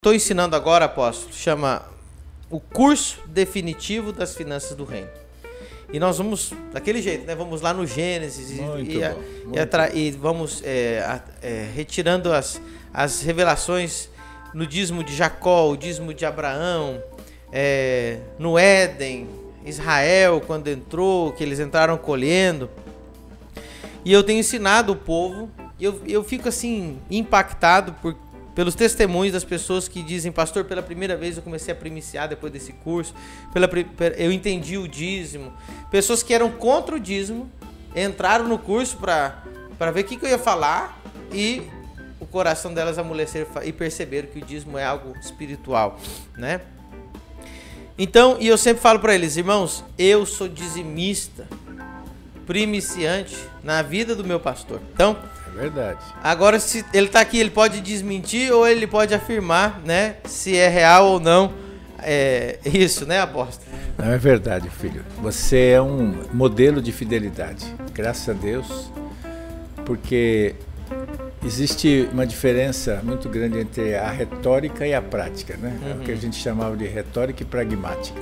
Estou ensinando agora, apóstolo, chama o curso definitivo das finanças do reino. E nós vamos, daquele jeito, né? Vamos lá no Gênesis e vamos retirando as revelações no dízimo de Jacó, o dízimo de Abraão, no Éden, Israel, quando entrou, que eles entraram colhendo. E eu tenho ensinado o povo, e eu fico assim, impactado pelos testemunhos das pessoas que dizem: pastor, pela primeira vez eu comecei a primiciar depois desse curso, eu entendi o dízimo. Pessoas que eram contra o dízimo entraram no curso para ver o que eu ia falar, e o coração delas amoleceram e perceberam que o dízimo é algo espiritual, né? Então, e eu sempre falo para eles: irmãos, eu sou dizimista, primiciante na vida do meu pastor. Então, é verdade. Agora, se ele está aqui, ele pode desmentir ou ele pode afirmar, né, se é real ou não isso, né, apóstolo? Não, é verdade, filho. Você é um modelo de fidelidade, graças a Deus, porque existe uma diferença muito grande entre a retórica e a prática, né? É o que a gente chamava de retórica e pragmática.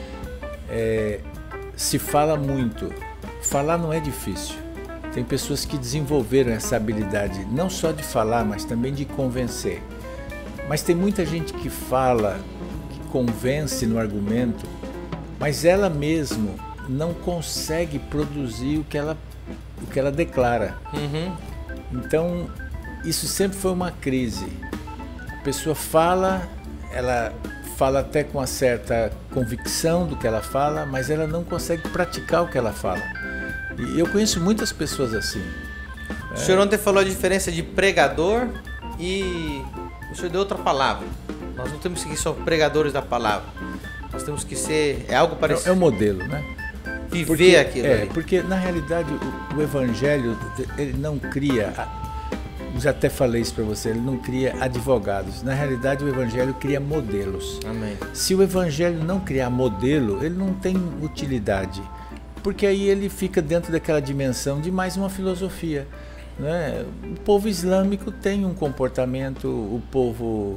Se fala muito, falar não é difícil. Tem pessoas que desenvolveram essa habilidade, não só de falar, mas também de convencer. Mas tem muita gente que fala, que convence no argumento, mas ela mesma não consegue produzir o que ela declara. Então, isso sempre foi uma crise. A pessoa fala, ela fala até com uma certa convicção do que ela fala, mas ela não consegue praticar o que ela fala. E eu conheço muitas pessoas assim. O senhor ontem falou a diferença de pregador e o senhor deu outra palavra. Nós não temos que ser só pregadores da palavra. Nós temos que ser algo parecido. É o modelo, né? Viver aquilo. Porque na realidade o evangelho, ele não cria, já até falei isso para você, ele não cria advogados. Na realidade o evangelho cria modelos. Amém. Se o evangelho não criar modelo, ele não tem utilidade. Porque aí ele fica dentro daquela dimensão de mais uma filosofia, né? O povo islâmico tem um comportamento, o povo,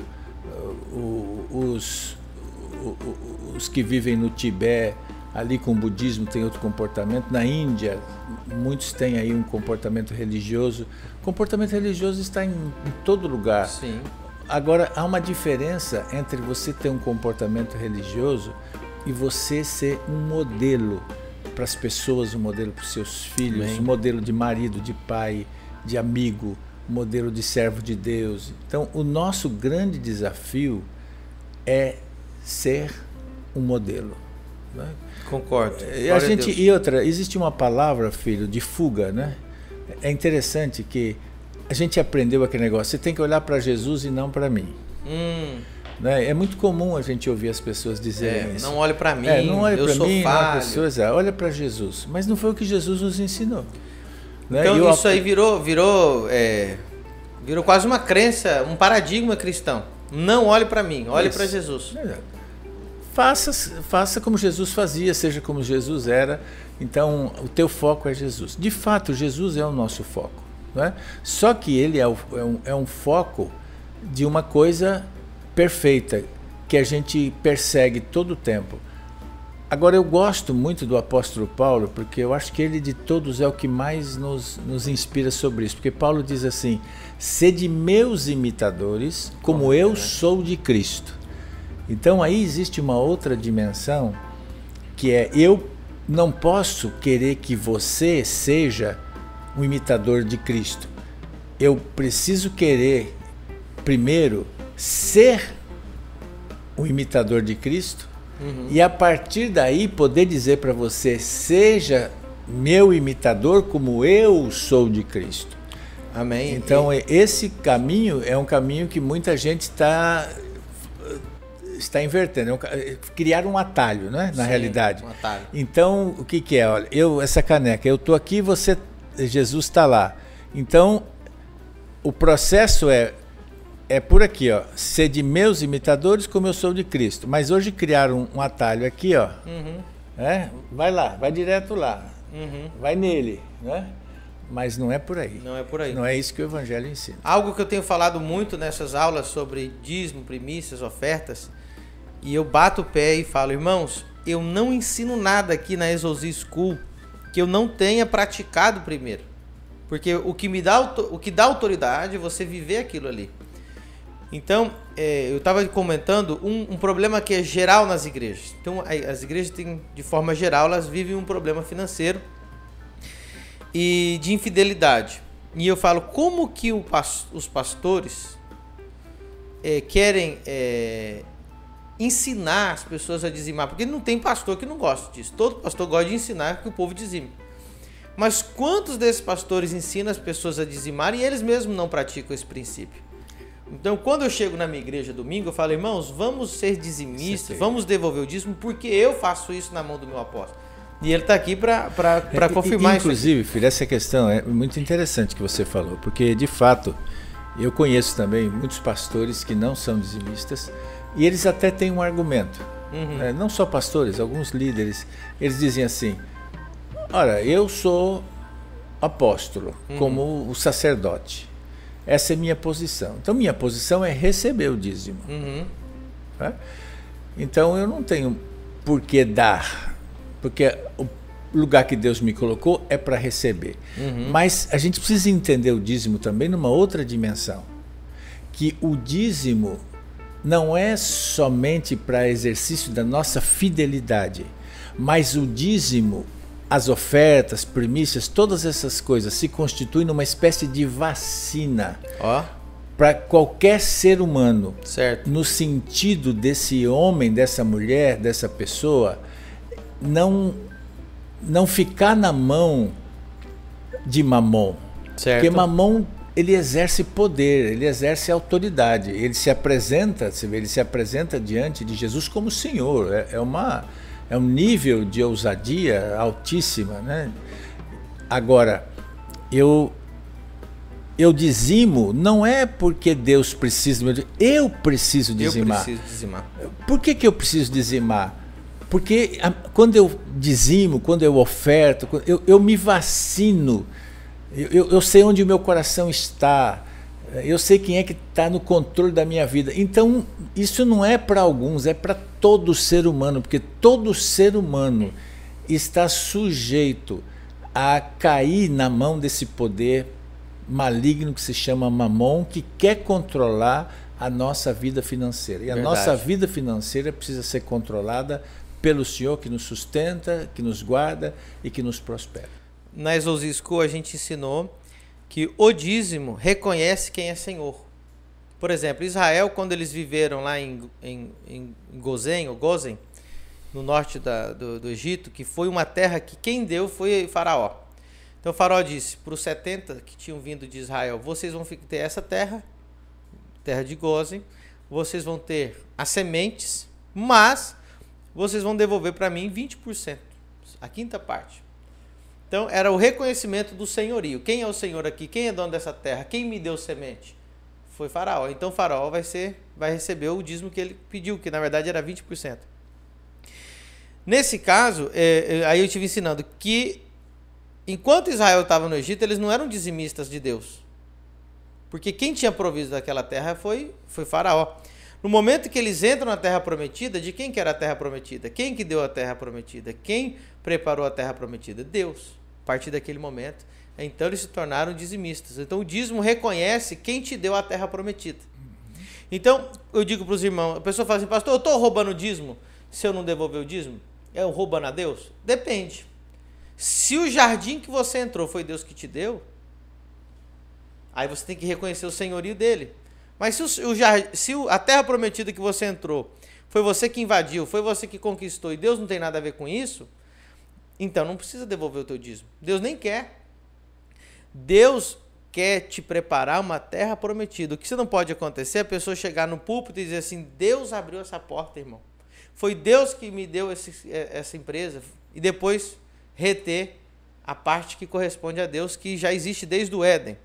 os que vivem no Tibete, ali com o budismo, tem outro comportamento. Na Índia, muitos têm aí um comportamento religioso. O comportamento religioso está em todo lugar. Sim. Agora, há uma diferença entre você ter um comportamento religioso e você ser um modelo para as pessoas, um modelo para os seus filhos. Amém. Um modelo de marido, de pai, de amigo, um modelo de servo de Deus. Então, o nosso grande desafio é ser um modelo, né? Concordo. Existe uma palavra, filho, de fuga, né? É interessante que a gente aprendeu aquele negócio: você tem que olhar para Jesus e não para mim. Né? É muito comum a gente ouvir as pessoas dizerem isso. Não olhe para mim, não olhe eu para sou mim, falho. Olha para Jesus. Mas não foi o que Jesus nos ensinou. Né? Então isso aí virou quase uma crença, um paradigma cristão. Não olhe para mim, olhe para Jesus. Faça como Jesus fazia, seja como Jesus era. Então o teu foco é Jesus. De fato, Jesus é o nosso foco, né? Só que ele é um foco de uma coisa perfeita, que a gente persegue todo o tempo. Agora, eu gosto muito do apóstolo Paulo, porque eu acho que ele de todos é o que mais nos inspira sobre isso. Porque Paulo diz assim: sede meus imitadores, como eu sou de Cristo. Então aí existe uma outra dimensão, que é: eu não posso querer que você seja um imitador de Cristo. Eu preciso querer, primeiro, ser um imitador de Cristo, e a partir daí poder dizer para você: seja meu imitador como eu sou de Cristo. Amém. Então esse caminho é um caminho que muita gente está invertendo, criar um atalho, né? Na realidade. Um atalho. Então o que é? Olha, essa caneca, eu estou aqui, Jesus está lá. Então o processo é por aqui, ó. Ser de meus imitadores como eu sou de Cristo. Mas hoje criaram um atalho aqui, ó. Vai lá, vai direto lá. Vai nele, né? mas não é por aí. Não é por aí. Não é isso que o Evangelho ensina. Algo que eu tenho falado muito nessas aulas sobre dízimo, primícias, ofertas, e eu bato o pé e falo, irmãos, eu não ensino nada aqui na Exousia School que eu não tenha praticado primeiro. Porque o que dá autoridade é você viver aquilo ali. Então, eu estava comentando um problema que é geral nas igrejas. Então, as igrejas têm, de forma geral, elas vivem um problema financeiro e de infidelidade. E eu falo, como que os pastores querem ensinar as pessoas a dizimar? Porque não tem pastor que não gosta disso. Todo pastor gosta de ensinar que o povo dizime. Mas quantos desses pastores ensinam as pessoas a dizimar e eles mesmos não praticam esse princípio? Então, quando eu chego na minha igreja domingo, eu falo, irmãos, vamos ser dizimistas, vamos devolver o dízimo, porque eu faço isso na mão do meu apóstolo. E ele está aqui para confirmar isso. Inclusive, filho, essa questão é muito interessante que você falou, porque, de fato, eu conheço também muitos pastores que não são dizimistas e eles até têm um argumento. Não só pastores, alguns líderes, eles dizem assim, ora, eu sou apóstolo, como o sacerdote. Essa é minha posição. Então, minha posição é receber o dízimo. Tá? Então, eu não tenho por que dar, porque o lugar que Deus me colocou é para receber. Mas a gente precisa entender o dízimo também numa outra dimensão, que o dízimo não é somente para exercício da nossa fidelidade, mas o dízimo, as ofertas, primícias, todas essas coisas se constituem numa espécie de vacina para qualquer ser humano, certo, no sentido desse homem, dessa mulher, dessa pessoa, não ficar na mão de Mamon. Certo. Porque Mamon, ele exerce poder, ele exerce autoridade, ele se apresenta, você vê, ele se apresenta diante de Jesus como Senhor. É um nível de ousadia altíssima, né? Agora, eu dizimo não é porque Deus precisa, eu preciso dizimar. Eu preciso dizimar. Por que eu preciso dizimar? Porque quando eu dizimo, quando eu oferto, eu me vacino, eu sei onde o meu coração está, eu sei quem é que está no controle da minha vida. Então, isso não é para alguns, é para todo ser humano, porque todo ser humano está sujeito a cair na mão desse poder maligno que se chama Mamon, que quer controlar a nossa vida financeira. E a nossa vida financeira precisa ser controlada pelo Senhor, que nos sustenta, que nos guarda e que nos prospera. Na Exousia School a gente ensinou que o dízimo reconhece quem é Senhor. Por exemplo, Israel, quando eles viveram lá em Gozen, no norte do Egito, que foi uma terra que quem deu foi Faraó. Então Faraó disse para os 70 que tinham vindo de Israel, vocês vão ter essa terra de Gozen, vocês vão ter as sementes, mas vocês vão devolver para mim 20%, a quinta parte. Então, era o reconhecimento do senhorio. Quem é o senhor aqui? Quem é dono dessa terra? Quem me deu semente? Foi Faraó. Então, Faraó vai receber o dízimo que ele pediu, que na verdade era 20%. Nesse caso, aí eu estive ensinando que, enquanto Israel estava no Egito, eles não eram dizimistas de Deus. Porque quem tinha provisto daquela terra foi Faraó. No momento que eles entram na terra prometida, de quem que era a terra prometida? Quem que deu a terra prometida? Quem preparou a terra prometida? Deus. A partir daquele momento, então eles se tornaram dizimistas. Então o dízimo reconhece quem te deu a terra prometida. Então eu digo para os irmãos, a pessoa fala assim, pastor, eu estou roubando o dízimo se eu não devolver o dízimo? É um roubando a Deus? Depende. Se o jardim que você entrou foi Deus que te deu, aí você tem que reconhecer o senhorio dele. Mas se a terra prometida que você entrou foi você que invadiu, foi você que conquistou e Deus não tem nada a ver com isso, então não precisa devolver o teu dízimo. Deus nem quer. Deus quer te preparar uma terra prometida. O que você não pode acontecer é a pessoa chegar no púlpito e dizer assim, Deus abriu essa porta, irmão. Foi Deus que me deu essa empresa. E depois reter a parte que corresponde a Deus, que já existe desde o Éden.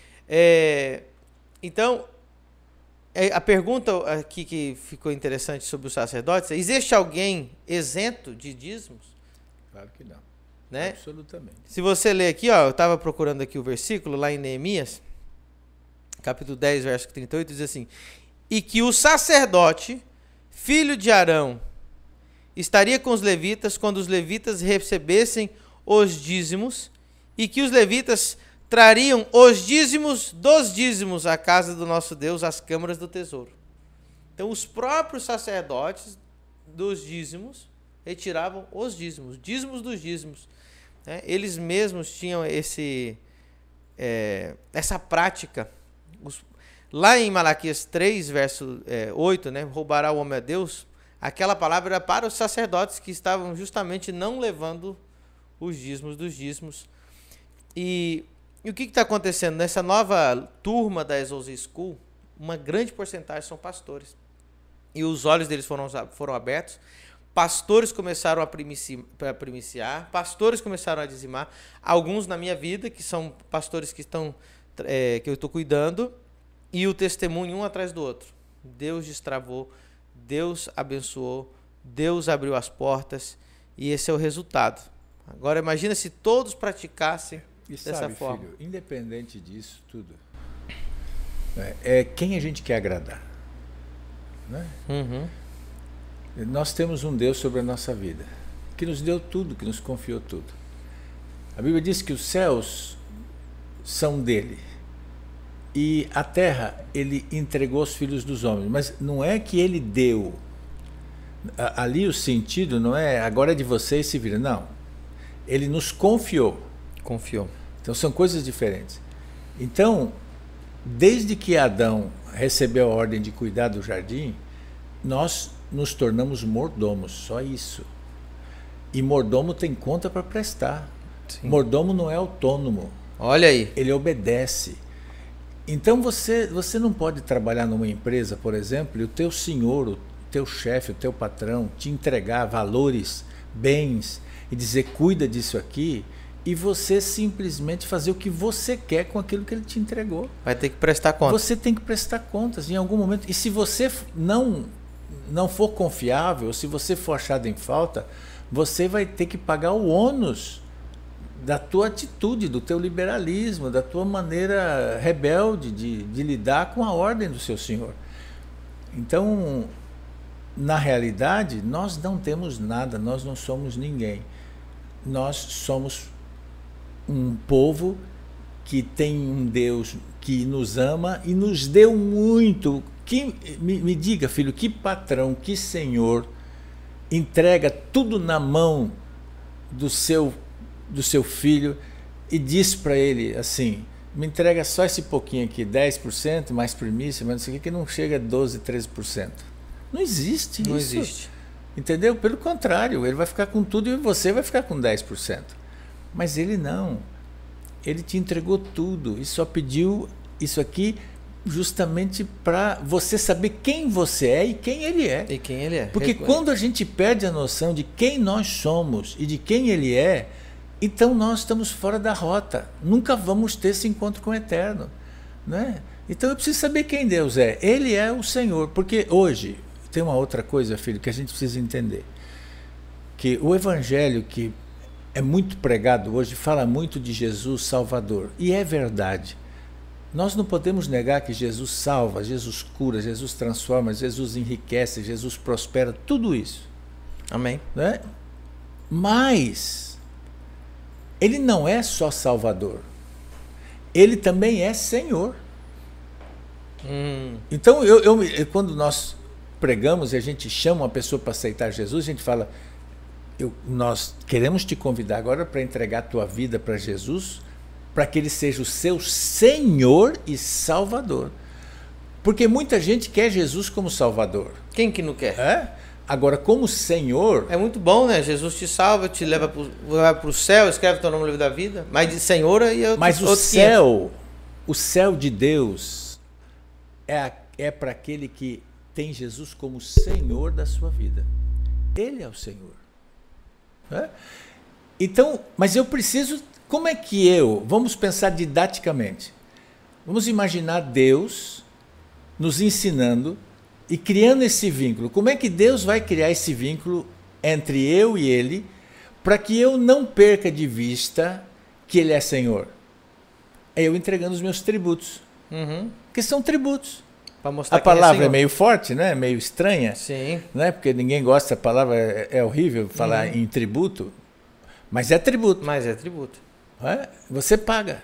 Então, a pergunta aqui que ficou interessante sobre os sacerdotes é, existe alguém isento de dízimos? Claro que não. né? Absolutamente. Se você ler aqui, ó, eu estava procurando aqui o versículo, lá em Neemias, capítulo 10, verso 38, diz assim: e que o sacerdote, filho de Arão, estaria com os levitas quando os levitas recebessem os dízimos, e que os levitas trariam os dízimos dos dízimos à casa do nosso Deus, às câmaras do tesouro. Então, os próprios sacerdotes dos dízimos retiravam os dízimos dos dízimos. Né? Eles mesmos tinham essa prática. Lá em Malaquias 3, verso 8, né? Roubará o homem a Deus. Aquela palavra era para os sacerdotes que estavam justamente não levando os dízimos dos dízimos. E o que está acontecendo? Nessa nova turma da Exousia School, uma grande porcentagem são pastores. E os olhos deles foram abertos. Pastores começaram a primiciar, pastores começaram a dizimar. Alguns na minha vida, que são pastores que eu estou cuidando, e o testemunho um atrás do outro. Deus destravou, Deus abençoou, Deus abriu as portas, e esse é o resultado. Agora imagina se todos praticassem dessa forma. Filho, independente disso tudo, é quem a gente quer agradar. Né? Uhum. Nós temos um Deus sobre a nossa vida, que nos deu tudo, que nos confiou tudo. A Bíblia diz que os céus são dele, e a terra ele entregou aos filhos dos homens, mas não é que ele deu. Ali o sentido não é agora é de vocês se viram, não. Ele nos confiou. Então são coisas diferentes. Então, desde que Adão recebeu a ordem de cuidar do jardim, nós nos tornamos mordomos, só isso. E mordomo tem conta para prestar. Sim. Mordomo não é autônomo. Olha aí. Ele obedece. Então você não pode trabalhar numa empresa, por exemplo, e o teu senhor, o teu chefe, o teu patrão te entregar valores, bens e dizer cuida disso aqui, e você simplesmente fazer o que você quer com aquilo que ele te entregou. Vai ter que prestar contas. Você tem que prestar contas em algum momento. E se você não for confiável, se você for achado em falta, você vai ter que pagar o ônus da tua atitude, do teu liberalismo, da tua maneira rebelde de lidar com a ordem do seu senhor. Então, na realidade, nós não temos nada, nós não somos ninguém. Nós somos um povo que tem um Deus que nos ama e nos deu muito. Me diga, filho, que patrão, que senhor entrega tudo na mão do seu filho e diz para ele assim: me entrega só esse pouquinho aqui, 10%, mais primícia, mas não sei o que não chega a 12%, 13%. Não existe isso. Não existe. Entendeu? Pelo contrário, ele vai ficar com tudo e você vai ficar com 10%. Mas ele não. Ele te entregou tudo e só pediu isso aqui justamente para você saber quem você é e quem ele é. E quem ele é. Porque quando a gente perde a noção de quem nós somos e de quem ele é, então nós estamos fora da rota. Nunca vamos ter esse encontro com o Eterno. Né? Então eu preciso saber quem Deus é. Ele é o Senhor. Porque hoje, tem uma outra coisa, filho, que a gente precisa entender. Que o Evangelho que é muito pregado hoje fala muito de Jesus Salvador. E é verdade. Nós não podemos negar que Jesus salva, Jesus cura, Jesus transforma, Jesus enriquece, Jesus prospera, tudo isso. Amém. Né? Mas ele não é só Salvador. Ele também é Senhor. Então, quando nós pregamos e a gente chama uma pessoa para aceitar Jesus, a gente fala: nós queremos te convidar agora para entregar a tua vida para Jesus, para que ele seja o seu Senhor e Salvador. Porque muita gente quer Jesus como Salvador. Quem que não quer? Agora, como Senhor... É muito bom, né? Jesus te salva, te leva para o céu, escreve teu nome no livro da vida. Mas de Senhor aí é outro. Mas o céu de Deus é para aquele que tem Jesus como Senhor da sua vida. Ele é o Senhor. Então, mas eu preciso... Como é que vamos pensar didaticamente, vamos imaginar Deus nos ensinando e criando esse vínculo. Como é que Deus vai criar esse vínculo entre eu e ele para que eu não perca de vista que Ele é Senhor? É eu entregando os meus tributos. Que são tributos. A palavra é meio forte, né? Meio estranha. Sim. Né? Porque ninguém gosta, a palavra é horrível falar em tributo. Mas é tributo. Você paga.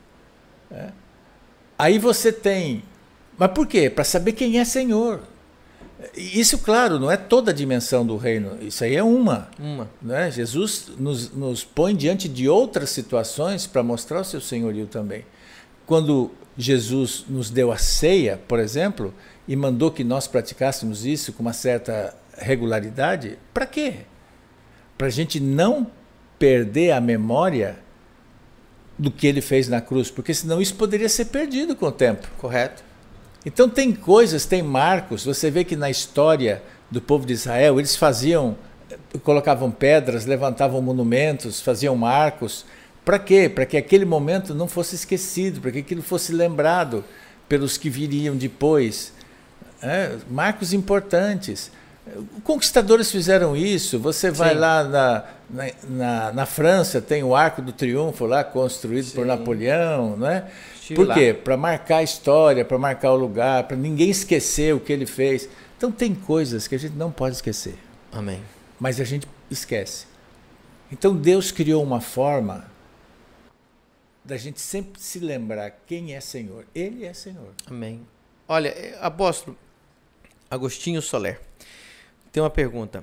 Aí você tem... Mas por quê? Para saber quem é Senhor. Isso, claro, não é toda a dimensão do reino. Isso aí é uma. Né? Jesus nos põe diante de outras situações para mostrar o seu senhorio também. Quando Jesus nos deu a ceia, por exemplo, e mandou que nós praticássemos isso com uma certa regularidade, para quê? Para a gente não perder a memória do que Ele fez na cruz, porque senão isso poderia ser perdido com o tempo. Correto. Então tem coisas, tem marcos, você vê que na história do povo de Israel, eles colocavam pedras, levantavam monumentos, faziam marcos. Para quê? Para que aquele momento não fosse esquecido, para que aquilo fosse lembrado pelos que viriam depois. Marcos importantes. Conquistadores fizeram isso. Você vai lá na França, tem o Arco do Triunfo lá, construído por Napoleão, não é? Por quê? Para marcar a história, para marcar o lugar, para ninguém esquecer o que ele fez. Então tem coisas que a gente não pode esquecer. Amém. Mas a gente esquece. Então Deus criou uma forma da gente sempre se lembrar quem é Senhor. Ele é Senhor. Amém. Olha, apóstolo Agostinho Soler, tem uma pergunta.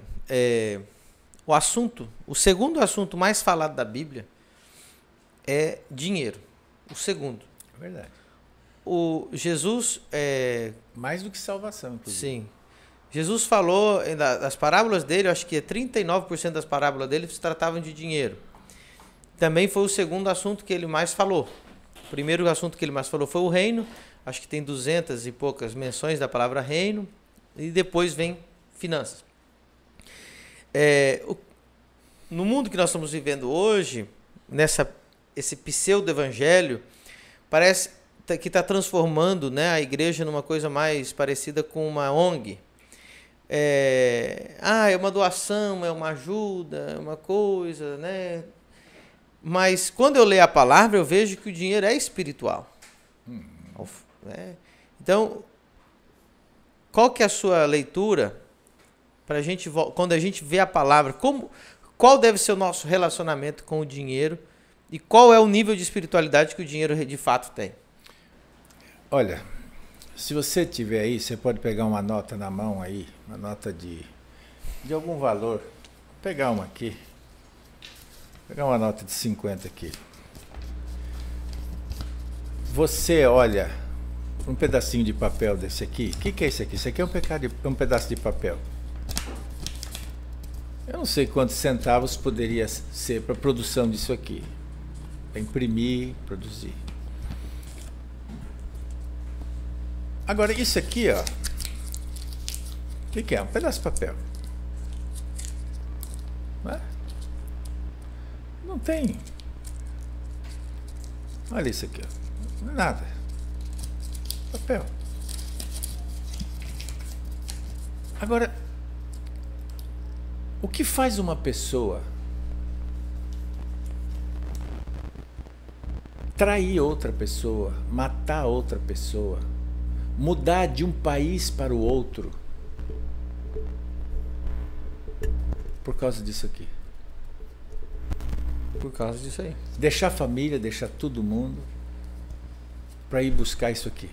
O segundo assunto mais falado da Bíblia é dinheiro. O segundo. É verdade. O Jesus... mais do que salvação, inclusive. Sim. Jesus falou, das parábolas dele, eu acho que 39% das parábolas dele se tratavam de dinheiro. Também foi o segundo assunto que ele mais falou. O primeiro assunto que ele mais falou foi o reino. Acho que tem 200 e poucas menções da palavra reino. E depois vem finanças. No mundo que nós estamos vivendo hoje, esse pseudo-evangelho, parece que está transformando, né, a igreja numa coisa mais parecida com uma ONG. É uma doação, é uma ajuda, é uma coisa, né? Mas quando eu leio a palavra, eu vejo que o dinheiro é espiritual. Né? Então, qual que é a sua leitura para a gente, quando a gente vê a palavra, qual deve ser o nosso relacionamento com o dinheiro e qual é o nível de espiritualidade que o dinheiro de fato tem? Olha, se você tiver aí, você pode pegar uma nota na mão aí, uma nota de algum valor. Vou pegar uma aqui. Vou pegar uma nota de 50 aqui. Você olha um pedacinho de papel desse aqui. O que é isso aqui? Isso aqui é um pedaço de papel. Eu não sei quantos centavos poderia ser para a produção disso aqui. Para imprimir, produzir. Agora, isso aqui, ó. O que é? Um pedaço de papel. Não tem. Olha isso aqui, ó. Não é nada. Papel. Agora, o que faz uma pessoa trair outra pessoa, matar outra pessoa, mudar de um país para o outro por causa disso aqui? Por causa disso aí. Deixar a família, deixar todo mundo para ir buscar isso aqui.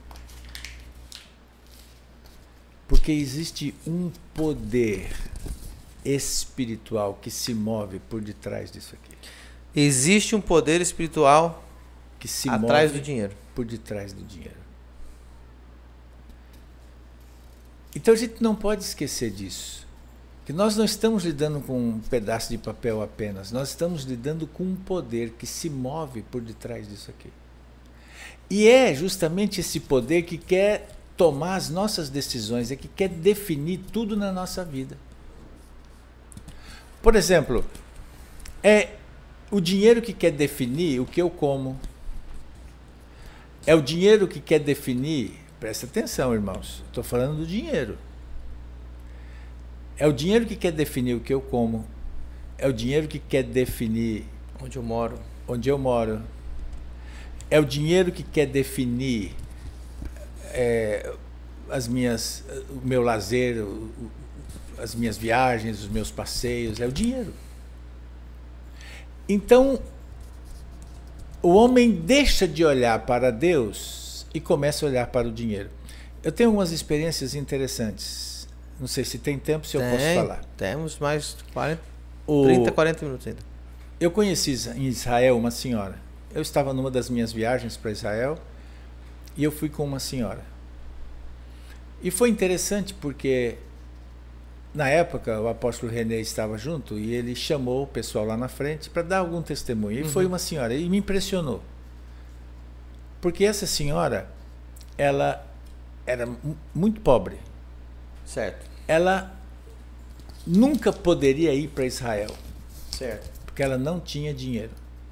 Porque existe um poder espiritual que se move por detrás disso aqui. Existe um poder espiritual que se atrás move do dinheiro. Por detrás do dinheiro. Então a gente não pode esquecer disso. Que nós não estamos lidando com um pedaço de papel apenas. Nós estamos lidando com um poder que se move por detrás disso aqui. E é justamente esse poder que quer tomar as nossas decisões, é que quer definir tudo na nossa vida. Por exemplo, é o dinheiro que quer definir o que eu como. É o dinheiro que quer definir, presta atenção, irmãos, estou falando do dinheiro. É o dinheiro que quer definir o que eu como, É o dinheiro que quer definir onde eu moro. Onde eu moro. É o dinheiro que quer definir o meu lazer, as minhas viagens, os meus passeios. É o dinheiro. Então, o homem deixa de olhar para Deus e começa a olhar para o dinheiro. Eu tenho algumas experiências interessantes. Não sei se tem tempo, se eu posso falar. Temos mais 30, 40 minutos ainda. Eu conheci em Israel uma senhora. Eu estava numa das minhas viagens para Israel e eu fui com uma senhora. E foi interessante porque, na época, o apóstolo René estava junto e ele chamou o pessoal lá na frente para dar algum testemunho. E foi uma senhora, e me impressionou. Porque essa senhora, ela era muito pobre. Certo. Ela nunca poderia ir para Israel. Certo. Porque ela não tinha dinheiro.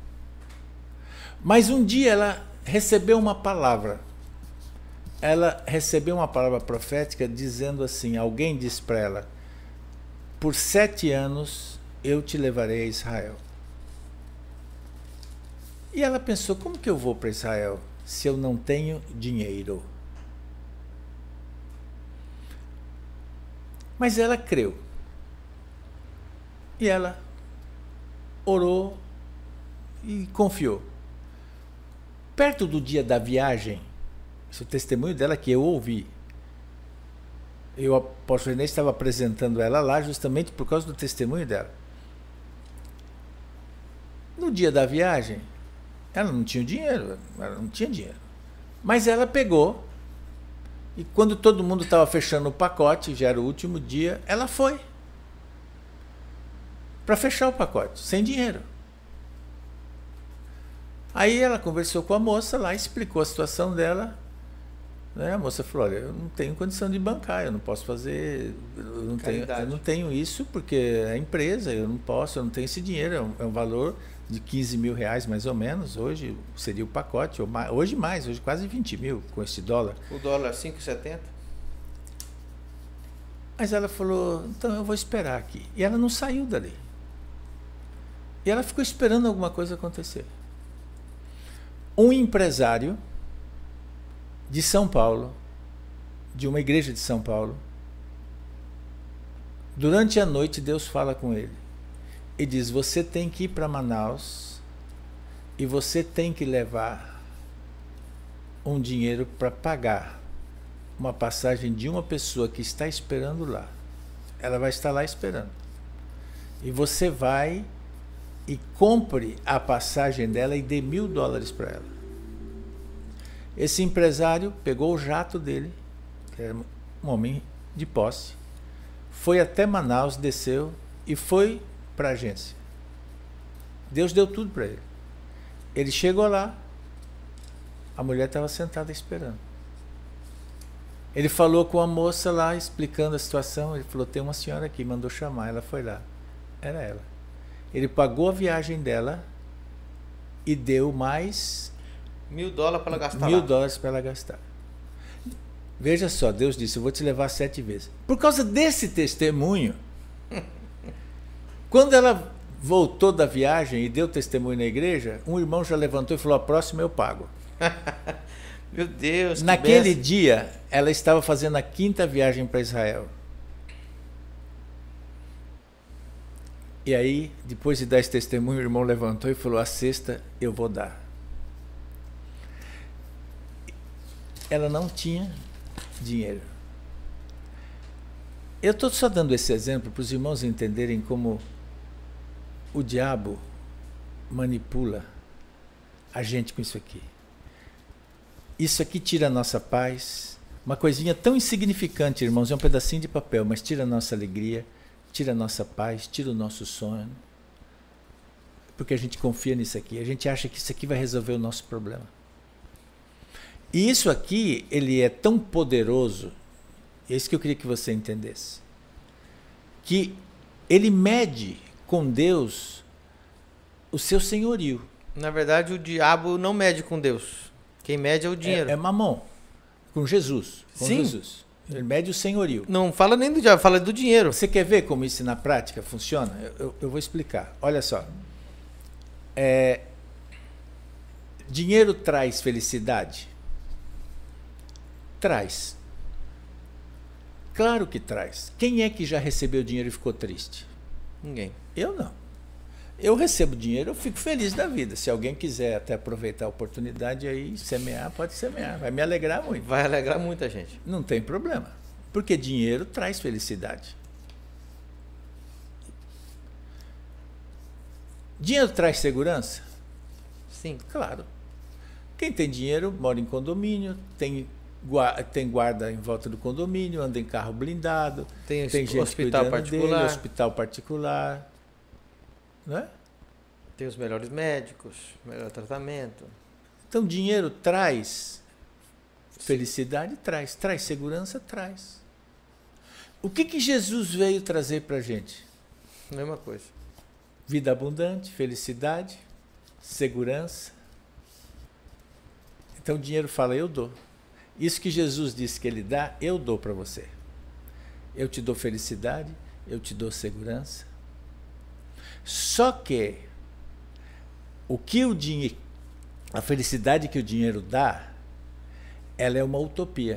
Mas um dia ela recebeu uma palavra. Ela recebeu uma palavra profética dizendo assim, alguém disse para ela, por 7 anos eu te levarei a Israel. E ela pensou, como que eu vou para Israel se eu não tenho dinheiro? Mas ela creu. E ela orou e confiou. Perto do dia da viagem, esse é o testemunho dela que eu ouvi. O apóstolo René estava apresentando ela lá justamente por causa do testemunho dela. No dia da viagem, ela não tinha dinheiro, Mas ela pegou, e quando todo mundo estava fechando o pacote, já era o último dia, ela foi para fechar o pacote, sem dinheiro. Aí ela conversou com a moça lá, explicou a situação dela. A moça falou, olha, eu não tenho condição de bancar, eu não posso fazer, eu não tenho isso porque é empresa, eu não tenho esse dinheiro, é um valor de 15 mil reais mais ou menos, hoje seria o pacote, hoje quase 20 mil com esse dólar. O dólar 5,70? Mas ela falou, então eu vou esperar aqui. E ela não saiu dali. E ela ficou esperando alguma coisa acontecer. Um empresário de São Paulo, de uma igreja de São Paulo, durante a noite Deus fala com ele e diz, você tem que ir para Manaus e você tem que levar um dinheiro para pagar uma passagem de uma pessoa que está esperando lá. Ela vai estar lá esperando. E você vai e compre a passagem dela e dê $1.000 para ela. Esse empresário pegou o jato dele, que era um homem de posse, foi até Manaus, desceu e foi para a agência. Deus deu tudo para ele. Ele chegou lá, a mulher estava sentada esperando. Ele falou com a moça lá, explicando a situação. Ele falou, tem uma senhora aqui, mandou chamar. Ela foi lá. Era ela. Ele pagou a viagem dela e deu mais $1.000 para ela gastar. $1.000 para ela gastar. Veja só, Deus disse, eu vou te levar 7 vezes. Por causa desse testemunho, quando ela voltou da viagem e deu testemunho na igreja, um irmão já levantou e falou, a próxima eu pago. Meu Deus. Naquele dia, ela estava fazendo a 5ª viagem para Israel. E aí, depois de dar esse testemunho, o irmão levantou e falou, a 6ª eu vou dar. Ela não tinha dinheiro. Eu estou só dando esse exemplo para os irmãos entenderem como o diabo manipula a gente com isso aqui. Isso aqui tira a nossa paz. Uma coisinha tão insignificante, irmãos, é um pedacinho de papel, mas tira a nossa alegria, tira a nossa paz, tira o nosso sono. Porque a gente confia nisso aqui. A gente acha que isso aqui vai resolver o nosso problema. E isso aqui, ele é tão poderoso, é isso que eu queria que você entendesse, que ele mede com Deus o seu senhorio. Na verdade, o diabo não mede com Deus. Quem mede é o dinheiro. É Mamon, com Jesus. Sim. Jesus. Ele mede o senhorio. Não fala nem do diabo, fala do dinheiro. Você quer ver como isso na prática funciona? Eu vou explicar. Olha só. Dinheiro traz felicidade? Traz. Claro que traz. Quem é que já recebeu dinheiro e ficou triste? Ninguém. Eu não. Eu recebo dinheiro, eu fico feliz da vida. Se alguém quiser até aproveitar a oportunidade aí, semear, pode semear. Vai me alegrar muito. Vai alegrar muita gente. Não tem problema. Porque dinheiro traz felicidade. Dinheiro traz segurança? Sim. Claro. Quem tem dinheiro mora em condomínio, tem guarda em volta do condomínio, anda em carro blindado, tem gente hospital particular. dele, hospital particular. Não é? Tem os melhores médicos, melhor tratamento. Então, dinheiro traz felicidade? Traz. Traz segurança? Traz. O que Jesus veio trazer para a gente? Mesma coisa. Vida abundante, felicidade, segurança. Então, o dinheiro fala, eu dou. Isso que Jesus disse que ele dá, eu dou para você. Eu te dou felicidade, eu te dou segurança. Só que a felicidade que o dinheiro dá, ela é uma utopia.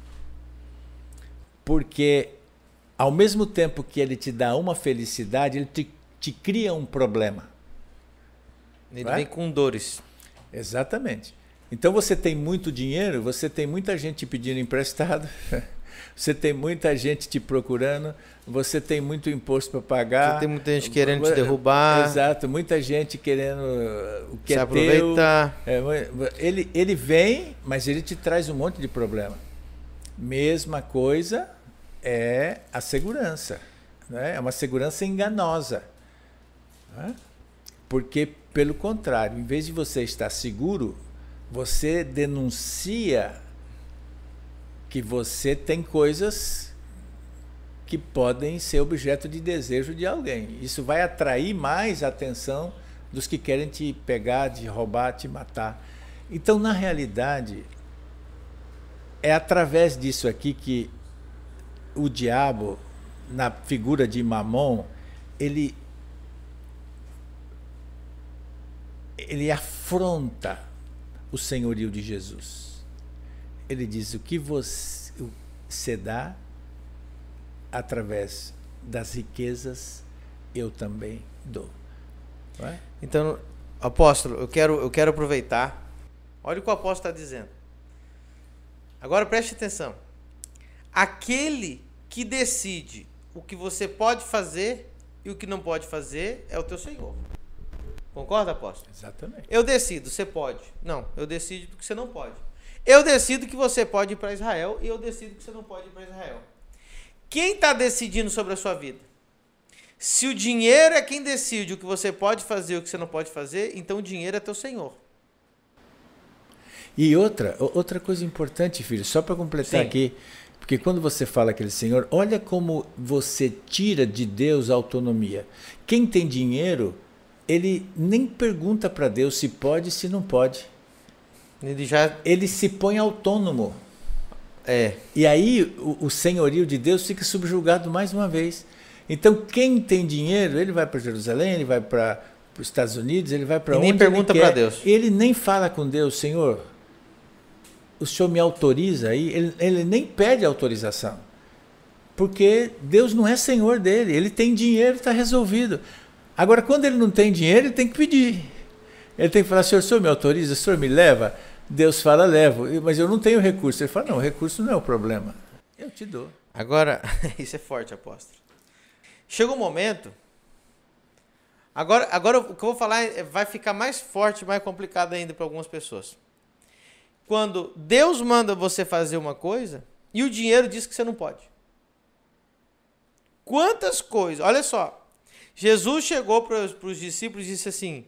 Porque ao mesmo tempo que ele te dá uma felicidade, ele te cria um problema. Ele vem com dores. Exatamente. Então você tem muito dinheiro, você tem muita gente pedindo emprestado, você tem muita gente te procurando, você tem muito imposto para pagar. Você tem muita gente querendo te derrubar. Exato, muita gente querendo o que se é aproveitar. Teu. Ele vem, mas ele te traz um monte de problema. Mesma coisa é a segurança. Né? É uma segurança enganosa. Né? Porque, pelo contrário, em vez de você estar seguro, você denuncia que você tem coisas que podem ser objeto de desejo de alguém. Isso vai atrair mais a atenção dos que querem te pegar, te roubar, te matar. Então, na realidade, é através disso aqui que o diabo, na figura de Mamon, ele afronta o senhorio de Jesus. Ele diz, o que você dá através das riquezas, eu também dou. Não é? Então, apóstolo, eu quero aproveitar. Olha o que o apóstolo está dizendo. Agora preste atenção. Aquele que decide o que você pode fazer e o que não pode fazer é o teu Senhor. Concorda, apóstolo? Exatamente. Eu decido, você pode. Não, eu decido que você não pode. Eu decido que você pode ir para Israel e eu decido que você não pode ir para Israel. Quem está decidindo sobre a sua vida? Se o dinheiro é quem decide o que você pode fazer e o que você não pode fazer, então o dinheiro é teu Senhor. E outra coisa importante, filho, só para completar aqui, porque quando você fala aquele Senhor, olha como você tira de Deus a autonomia. Quem tem dinheiro, ele nem pergunta para Deus se pode e se não pode. Ele se põe autônomo. E aí o senhorio de Deus fica subjugado mais uma vez. Então quem tem dinheiro, ele vai para Jerusalém, ele vai para os Estados Unidos, ele vai para onde ele quer. Nem pergunta para Deus. Ele nem fala com Deus, Senhor, o Senhor me autoriza aí? Ele nem pede autorização. Porque Deus não é Senhor dele. Ele tem dinheiro, está resolvido. Agora, quando ele não tem dinheiro, ele tem que pedir. Ele tem que falar, Senhor, o Senhor me autoriza? O Senhor me leva? Deus fala, levo. Mas eu não tenho recurso. Ele fala, não, o recurso não é o problema. Eu te dou. Agora, isso é forte, apóstolo. Chega um momento... Agora o que eu vou falar vai ficar mais forte, mais complicado ainda para algumas pessoas. Quando Deus manda você fazer uma coisa e o dinheiro diz que você não pode. Quantas coisas... Olha só. Jesus chegou para os discípulos e disse assim...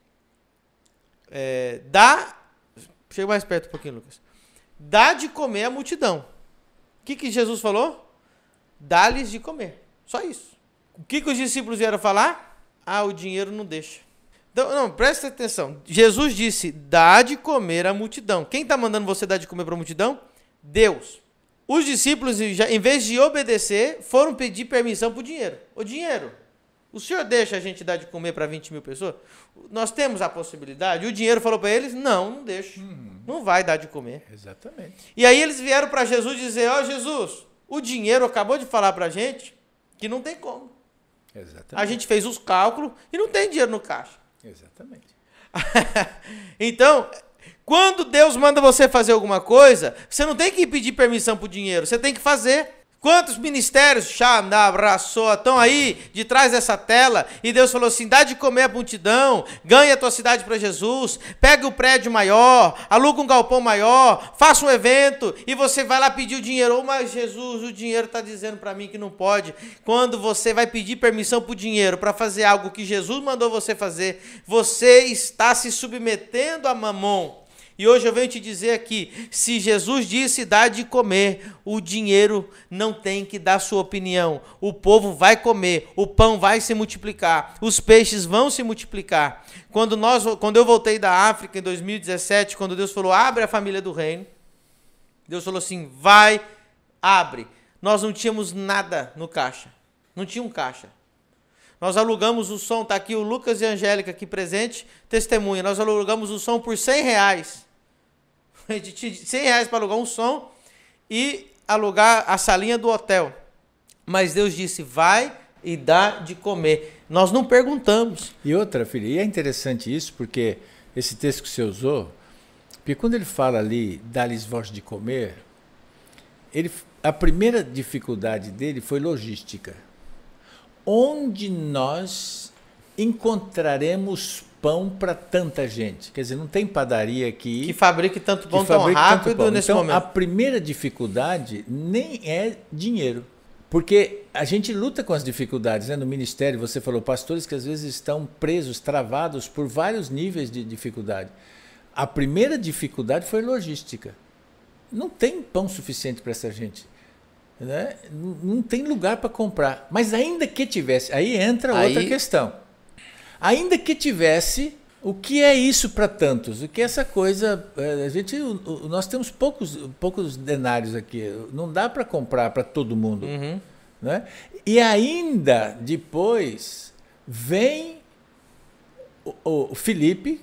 Chega mais perto um pouquinho, Lucas. Dá de comer à multidão. O que Jesus falou? Dá-lhes de comer. Só isso. O que os discípulos vieram falar? O dinheiro não deixa. Então, não, presta atenção. Jesus disse, dá de comer à multidão. Quem está mandando você dar de comer para a multidão? Deus. Os discípulos, em vez de obedecer, foram pedir permissão para o dinheiro. O dinheiro, o senhor deixa a gente dar de comer para 20 mil pessoas? Nós temos a possibilidade? O dinheiro falou para eles, não deixo. Não vai dar de comer. Exatamente. E aí eles vieram para Jesus dizer, Jesus, o dinheiro acabou de falar para a gente que não tem como. Exatamente. A gente fez os cálculos e não tem dinheiro no caixa. Exatamente. Então, quando Deus manda você fazer alguma coisa, você não tem que pedir permissão para o dinheiro, você tem que fazer. Quantos ministérios estão aí de trás dessa tela e Deus falou assim, dá de comer a multidão, ganha a tua cidade para Jesus, pega o prédio maior, aluga um galpão maior, faça um evento e você vai lá pedir o dinheiro. Mas Jesus, o dinheiro está dizendo para mim que não pode. Quando você vai pedir permissão para o dinheiro para fazer algo que Jesus mandou você fazer, você está se submetendo a Mamon. E hoje eu venho te dizer aqui, se Jesus disse dá de comer, o dinheiro não tem que dar sua opinião. O povo vai comer, o pão vai se multiplicar, os peixes vão se multiplicar. Quando eu voltei da África em 2017, quando Deus falou, abre a família do reino, Deus falou assim, vai, abre. Nós não tínhamos nada no caixa, não tinha um caixa. Nós alugamos o som, está aqui o Lucas e a Angélica aqui presente, testemunha, nós alugamos o som por R$100. De R$100 para alugar um som e alugar a salinha do hotel. Mas Deus disse, vai e dá de comer. Nós não perguntamos. E outra, filha, e é interessante isso, porque esse texto que você usou, porque quando ele fala ali, dá-lhes voz de comer, a primeira dificuldade dele foi logística. Onde nós encontraremos pão para tanta gente? Quer dizer, não tem padaria aqui que fabrique tanto pão tão rápido nesse momento. A primeira dificuldade nem é dinheiro. Porque a gente luta com as dificuldades, né? No ministério, você falou, pastores que às vezes estão presos, travados por vários níveis de dificuldade. A primeira dificuldade foi logística. Não tem pão suficiente para essa gente. Né? Não tem lugar para comprar. Mas ainda que tivesse, aí entra outra questão. Ainda que tivesse, o que é isso para tantos? O que é essa coisa? Nós temos poucos denários aqui. Não dá para comprar para todo mundo. Né? E ainda depois vem o Felipe,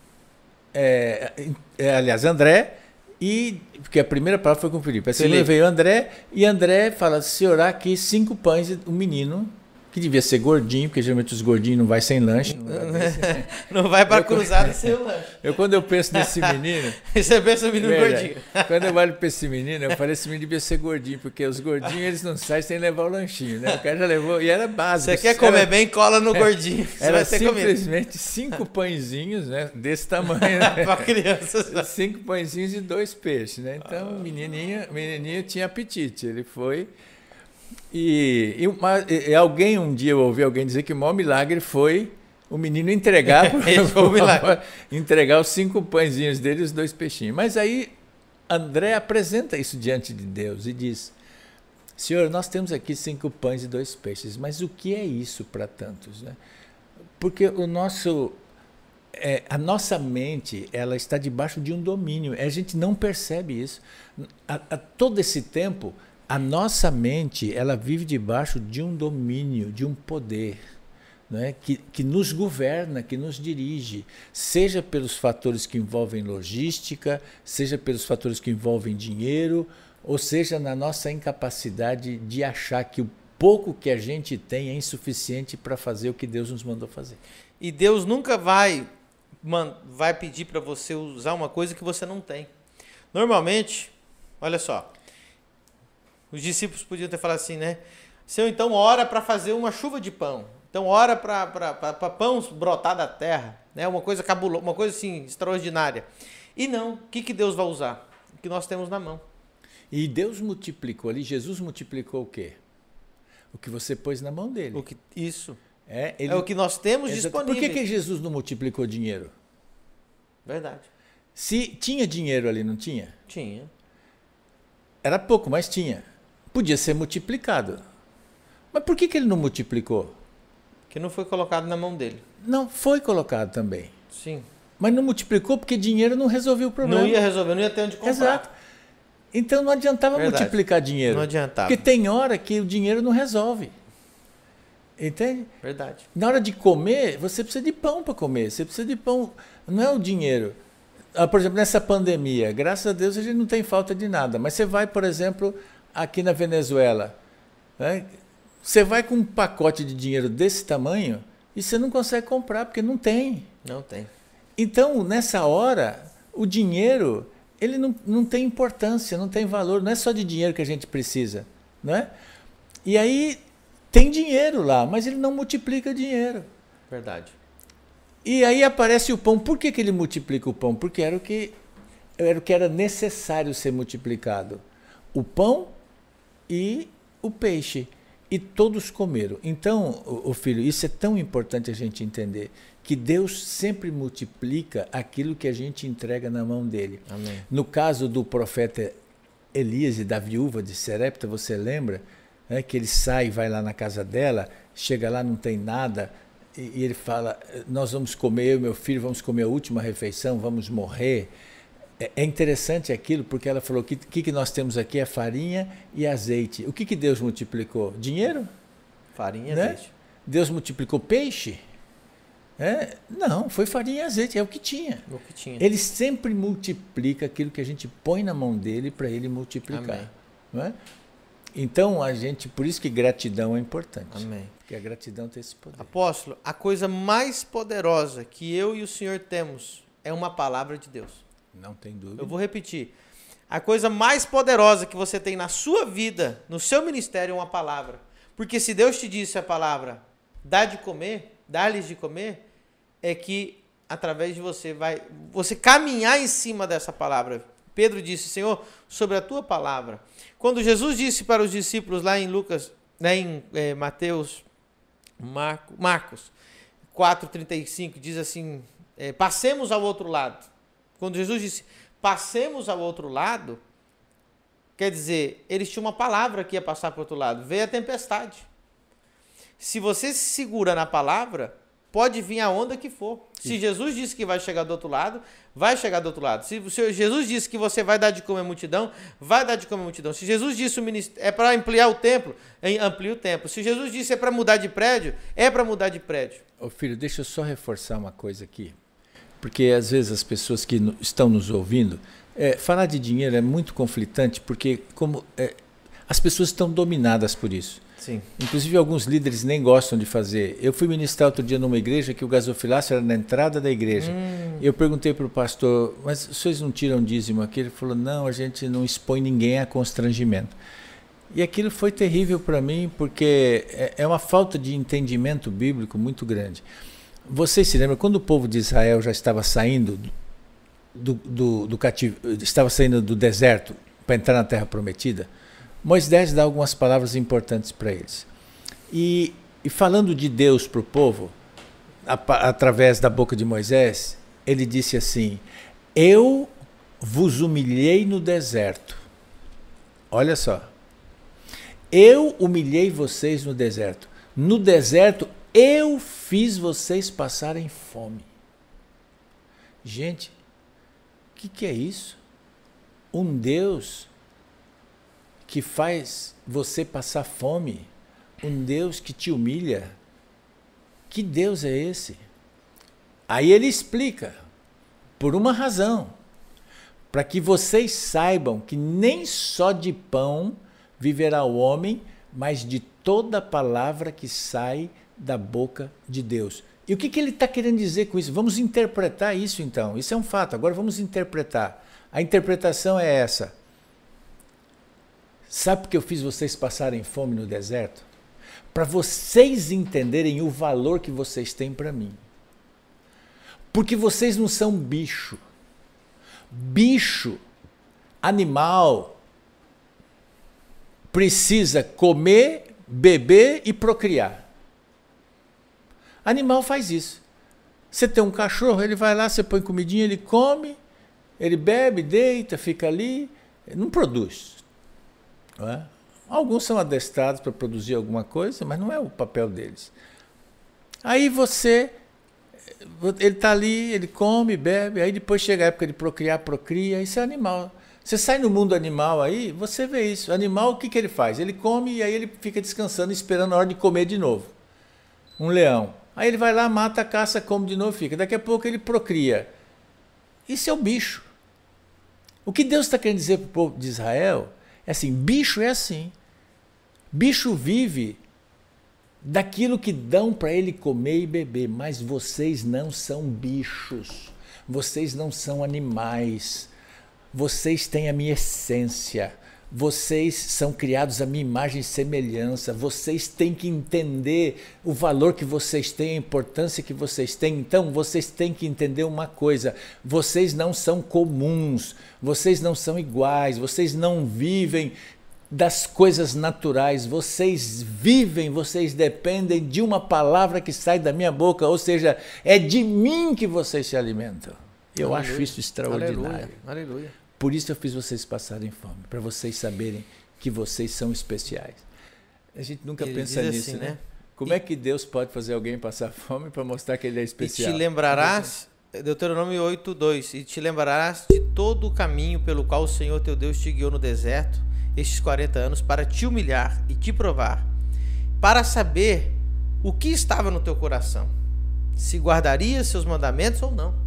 aliás, André, porque a primeira palavra foi com o Felipe. A segunda veio André, e André fala, se orar aqui 5 pães e um menino, que devia ser gordinho, porque geralmente os gordinhos não vai sem lanche. Não vai para cruzada sem o lanche. Quando eu penso nesse menino... Você pensa no menino gordinho. Quando eu olho para esse menino, eu falei, esse menino devia ser gordinho, porque os gordinhos eles não saem sem levar o lanchinho, né? O cara já levou, e era básico. Você quer comer bem, cola no gordinho. Era simplesmente 5 pãezinhos, né? Desse tamanho. Né? Para crianças. 5 pãezinhos e 2 peixes, né? Então o menininho tinha apetite, ele foi... E um dia eu ouvi alguém dizer que o maior milagre foi o menino entregar entregar os 5 pãezinhos dele e os 2 peixinhos. Mas aí André apresenta isso diante de Deus e diz, Senhor, nós temos aqui 5 pães e 2 peixes, mas o que é isso para tantos? Né? Porque a nossa mente ela está debaixo de um domínio, a gente não percebe isso. Todo esse tempo... A nossa mente, ela vive debaixo de um domínio, de um poder, né, que nos governa, que nos dirige, seja pelos fatores que envolvem logística, seja pelos fatores que envolvem dinheiro, ou seja na nossa incapacidade de achar que o pouco que a gente tem é insuficiente para fazer o que Deus nos mandou fazer. E Deus nunca vai pedir para você usar uma coisa que você não tem. Normalmente, olha só, os discípulos podiam ter falado assim, né? Senhor, então ora para fazer uma chuva de pão. Então ora para pão brotar da terra. Né? Uma coisa cabulosa, uma coisa assim, extraordinária. E não, o que Deus vai usar? O que nós temos na mão. E Deus multiplicou ali, Jesus multiplicou o quê? O que você pôs na mão dele. Isso. É o que nós temos disponível. Por que Jesus não multiplicou dinheiro? Verdade. Se tinha dinheiro ali, não tinha? Tinha. Era pouco, mas tinha. Podia ser multiplicado. Mas por que ele não multiplicou? Que não foi colocado na mão dele. Não, foi colocado também. Sim. Mas não multiplicou porque dinheiro não resolveu o problema. Não ia resolver, não ia ter onde comprar. Exato. Então não adiantava multiplicar dinheiro. Não adiantava. Porque tem hora que o dinheiro não resolve. Entende? Verdade. Na hora de comer, você precisa de pão para comer. Você precisa de pão. Não é o dinheiro. Por exemplo, nessa pandemia, graças a Deus a gente não tem falta de nada. Mas você vai, por exemplo, aqui na Venezuela, né? Você vai com um pacote de dinheiro desse tamanho e você não consegue comprar, porque não tem. Não tem. Então, nessa hora, o dinheiro, ele não tem importância, não tem valor. Não é só de dinheiro que a gente precisa, não é? E aí, tem dinheiro lá, mas ele não multiplica dinheiro. Verdade. E aí aparece o pão. Por que ele multiplica o pão? Porque era o que era necessário ser multiplicado. O pão e o peixe. E todos comeram. Então, filho, isso é tão importante a gente entender, que Deus sempre multiplica aquilo que a gente entrega na mão dele. Amém. No caso do profeta Elias e da viúva de Serepta, você lembra? Né, que ele sai e vai lá na casa dela, chega lá, não tem nada, e ele fala, nós vamos comer, eu e meu filho vamos comer a última refeição, vamos morrer. É interessante aquilo, porque ela falou que o que nós temos aqui é farinha e azeite. O que Deus multiplicou? Dinheiro? Farinha e né? azeite. Deus multiplicou peixe? Não, foi farinha e azeite, é o que tinha. O que tinha. Ele sempre multiplica aquilo que a gente põe na mão dele para ele multiplicar. Amém. Não é? Então, por isso que gratidão é importante. Amém. Porque a gratidão tem esse poder. Apóstolo, a coisa mais poderosa que eu e o Senhor temos é uma palavra de Deus. Não tem dúvida. Eu vou repetir. A coisa mais poderosa que você tem na sua vida, no seu ministério, é uma palavra. Porque se Deus te disse a palavra, dá de comer, dá-lhes de comer, é que através de você caminhar em cima dessa palavra. Pedro disse, Senhor, sobre a tua palavra. Quando Jesus disse para os discípulos lá em Lucas, em Marcos 4,35, diz assim, passemos ao outro lado. Quando Jesus disse, passemos ao outro lado, quer dizer, eles tinham uma palavra que ia passar para o outro lado. Veio a tempestade. Se você se segura na palavra, pode vir a onda que for. Se Jesus disse que vai chegar do outro lado, vai chegar do outro lado. Se Jesus disse que você vai dar de comer a multidão, vai dar de comer a multidão. Se Jesus disse é para ampliar o templo, amplia o templo. Se Jesus disse é para mudar de prédio, é para mudar de prédio. Filho, deixa eu só reforçar uma coisa aqui. Porque às vezes as pessoas que estão nos ouvindo, falar de dinheiro é muito conflitante, porque as pessoas estão dominadas por isso. Sim. Inclusive alguns líderes nem gostam de fazer. Eu fui ministrar outro dia numa igreja que o gasofilácio era na entrada da igreja. Eu perguntei para o pastor, mas vocês não tiram dízimo aqui? Ele falou, não, a gente não expõe ninguém a constrangimento. E aquilo foi terrível para mim, porque é uma falta de entendimento bíblico muito grande. Vocês se lembram, quando o povo de Israel já estava saindo do cativo, estava saindo do deserto para entrar na Terra Prometida, Moisés dá algumas palavras importantes para eles. E falando de Deus para o povo, através da boca de Moisés, ele disse assim, eu vos humilhei no deserto. Olha só. Eu humilhei vocês no deserto. No deserto, eu fiz vocês passarem fome. Gente, o que é isso? Um Deus que faz você passar fome, um Deus que te humilha. Que Deus é esse? Aí ele explica, por uma razão, para que vocês saibam que nem só de pão viverá o homem, mas de toda palavra que sai da boca de Deus. E o que ele está querendo dizer com isso? Vamos interpretar isso então. Isso é um fato, agora vamos interpretar. A interpretação é essa. Sabe por que eu fiz vocês passarem fome no deserto? Para vocês entenderem o valor que vocês têm para mim. Porque vocês não são bicho. Bicho, animal, precisa comer, beber e procriar. Animal faz isso. Você tem um cachorro, ele vai lá, você põe comidinha, ele come, ele bebe, deita, fica ali, não produz. Não é? Alguns são adestrados para produzir alguma coisa, mas não é o papel deles. Aí ele está ali, ele come, bebe, aí depois chega a época de procriar, procria, isso é animal. Você sai no mundo animal aí, você vê isso. Animal, o que ele faz? Ele come e aí ele fica descansando, esperando a hora de comer de novo. Um leão. Aí ele vai lá, mata, caça, come de novo, fica. Daqui a pouco ele procria. Isso é o bicho. O que Deus está querendo dizer para o povo de Israel é assim, bicho é assim. Bicho vive daquilo que dão para ele comer e beber, mas vocês não são bichos. Vocês não são animais. Vocês têm a minha essência. Vocês são criados à minha imagem e semelhança. Vocês têm que entender o valor que vocês têm, a importância que vocês têm. Então, vocês têm que entender uma coisa. Vocês não são comuns. Vocês não são iguais. Vocês não vivem das coisas naturais. Vocês vivem, vocês dependem de uma palavra que sai da minha boca. Ou seja, é de mim que vocês se alimentam. Eu acho isso extraordinário. Aleluia. Aleluia. Por isso eu fiz vocês passarem fome, para vocês saberem que vocês são especiais. A gente nunca pensa nisso, né? Como é que Deus pode fazer alguém passar fome para mostrar que ele é especial? E te lembrarás, Deuteronômio 8:2, e te lembrarás de todo o caminho pelo qual o Senhor teu Deus te guiou no deserto, estes 40 anos, para te humilhar e te provar, para saber o que estava no teu coração, se guardarias seus mandamentos ou não.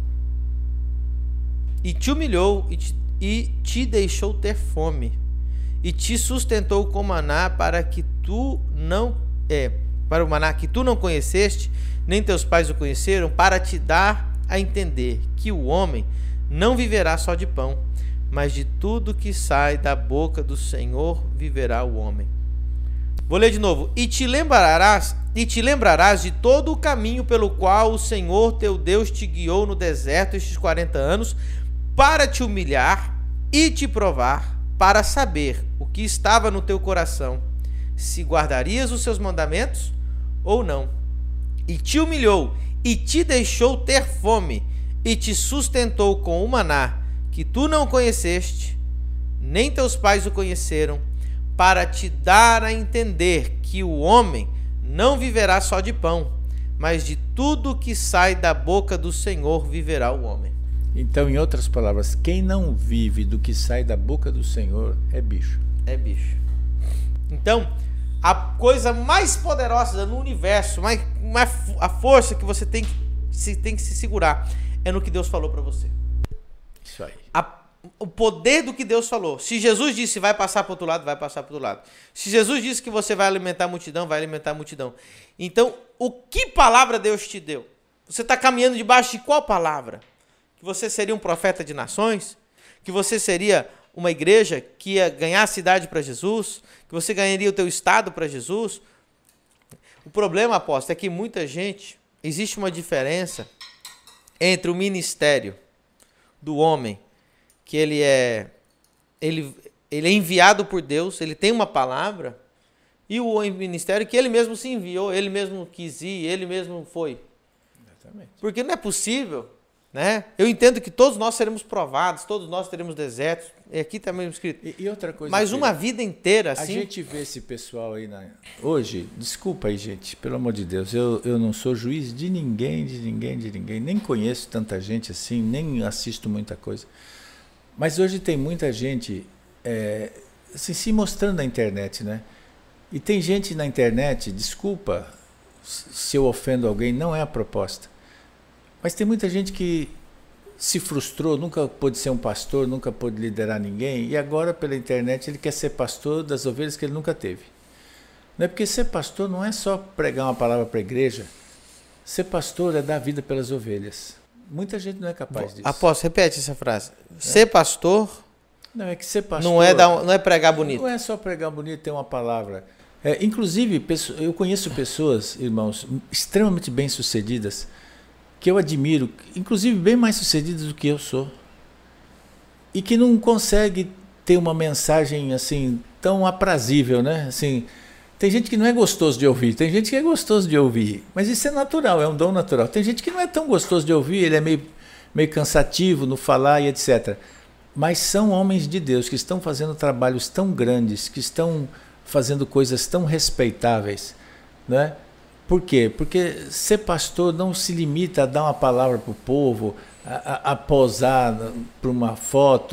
E te humilhou e te deixou ter fome, e te sustentou com maná para o maná que tu não conheceste, nem teus pais o conheceram, para te dar a entender que o homem não viverá só de pão, mas de tudo que sai da boca do Senhor viverá o homem. Vou ler de novo. E te lembrarás de todo o caminho pelo qual o Senhor teu Deus te guiou no deserto estes 40 anos, para te humilhar e te provar, para saber o que estava no teu coração, se guardarias os seus mandamentos ou não. E te humilhou e te deixou ter fome, e te sustentou com o maná que tu não conheceste, nem teus pais o conheceram, para te dar a entender que o homem não viverá só de pão, mas de tudo que sai da boca do Senhor viverá o homem. Então, em outras palavras, quem não vive do que sai da boca do Senhor é bicho. É bicho. Então, a coisa mais poderosa no universo, a força que você tem que se segurar, é no que Deus falou para você. Isso aí. O poder do que Deus falou. Se Jesus disse vai passar para o outro lado, vai passar para o outro lado. Se Jesus disse que você vai alimentar a multidão, vai alimentar a multidão. Então, o que palavra Deus te deu? Você está caminhando debaixo de qual palavra? Que você seria um profeta de nações? Que você seria uma igreja que ia ganhar a cidade para Jesus? Que você ganharia o teu estado para Jesus? O problema, apóstolo, é que muita gente... Existe uma diferença entre o ministério do homem, que ele é enviado por Deus, ele tem uma palavra, e o ministério que ele mesmo se enviou, ele mesmo quis ir, ele mesmo foi. Exatamente. Porque não é possível, né? Eu entendo que todos nós seremos provados, todos nós teremos desertos, e aqui está mesmo escrito. E outra coisa, mas uma vida inteira assim... A gente vê esse pessoal aí hoje, desculpa aí, gente, pelo amor de Deus, eu não sou juiz de ninguém, nem conheço tanta gente assim, nem assisto muita coisa. Mas hoje tem muita gente assim, se mostrando na internet, né? E tem gente na internet, desculpa se eu ofendo alguém, não é a proposta. Mas tem muita gente que se frustrou, nunca pôde ser um pastor, nunca pôde liderar ninguém, e agora pela internet ele quer ser pastor das ovelhas que ele nunca teve. Não é porque ser pastor não é só pregar uma palavra para a igreja, ser pastor é dar vida pelas ovelhas. Muita gente não é capaz disso. Apóstolo, repete essa frase. Ser pastor... Não, é que ser pastor... Não é pregar bonito. Não é só pregar bonito, ter uma palavra. Inclusive, eu conheço pessoas, irmãos, extremamente bem-sucedidas, que eu admiro, inclusive bem mais sucedidas do que eu sou, e que não consegue ter uma mensagem assim tão aprazível, né? Assim, tem gente que não é gostoso de ouvir, tem gente que é gostoso de ouvir, mas isso é natural, é um dom natural. Tem gente que não é tão gostoso de ouvir, ele é meio cansativo no falar e etc. Mas são homens de Deus que estão fazendo trabalhos tão grandes, que estão fazendo coisas tão respeitáveis, né? Por quê? Porque ser pastor não se limita a dar uma palavra para o povo, a posar para uma foto.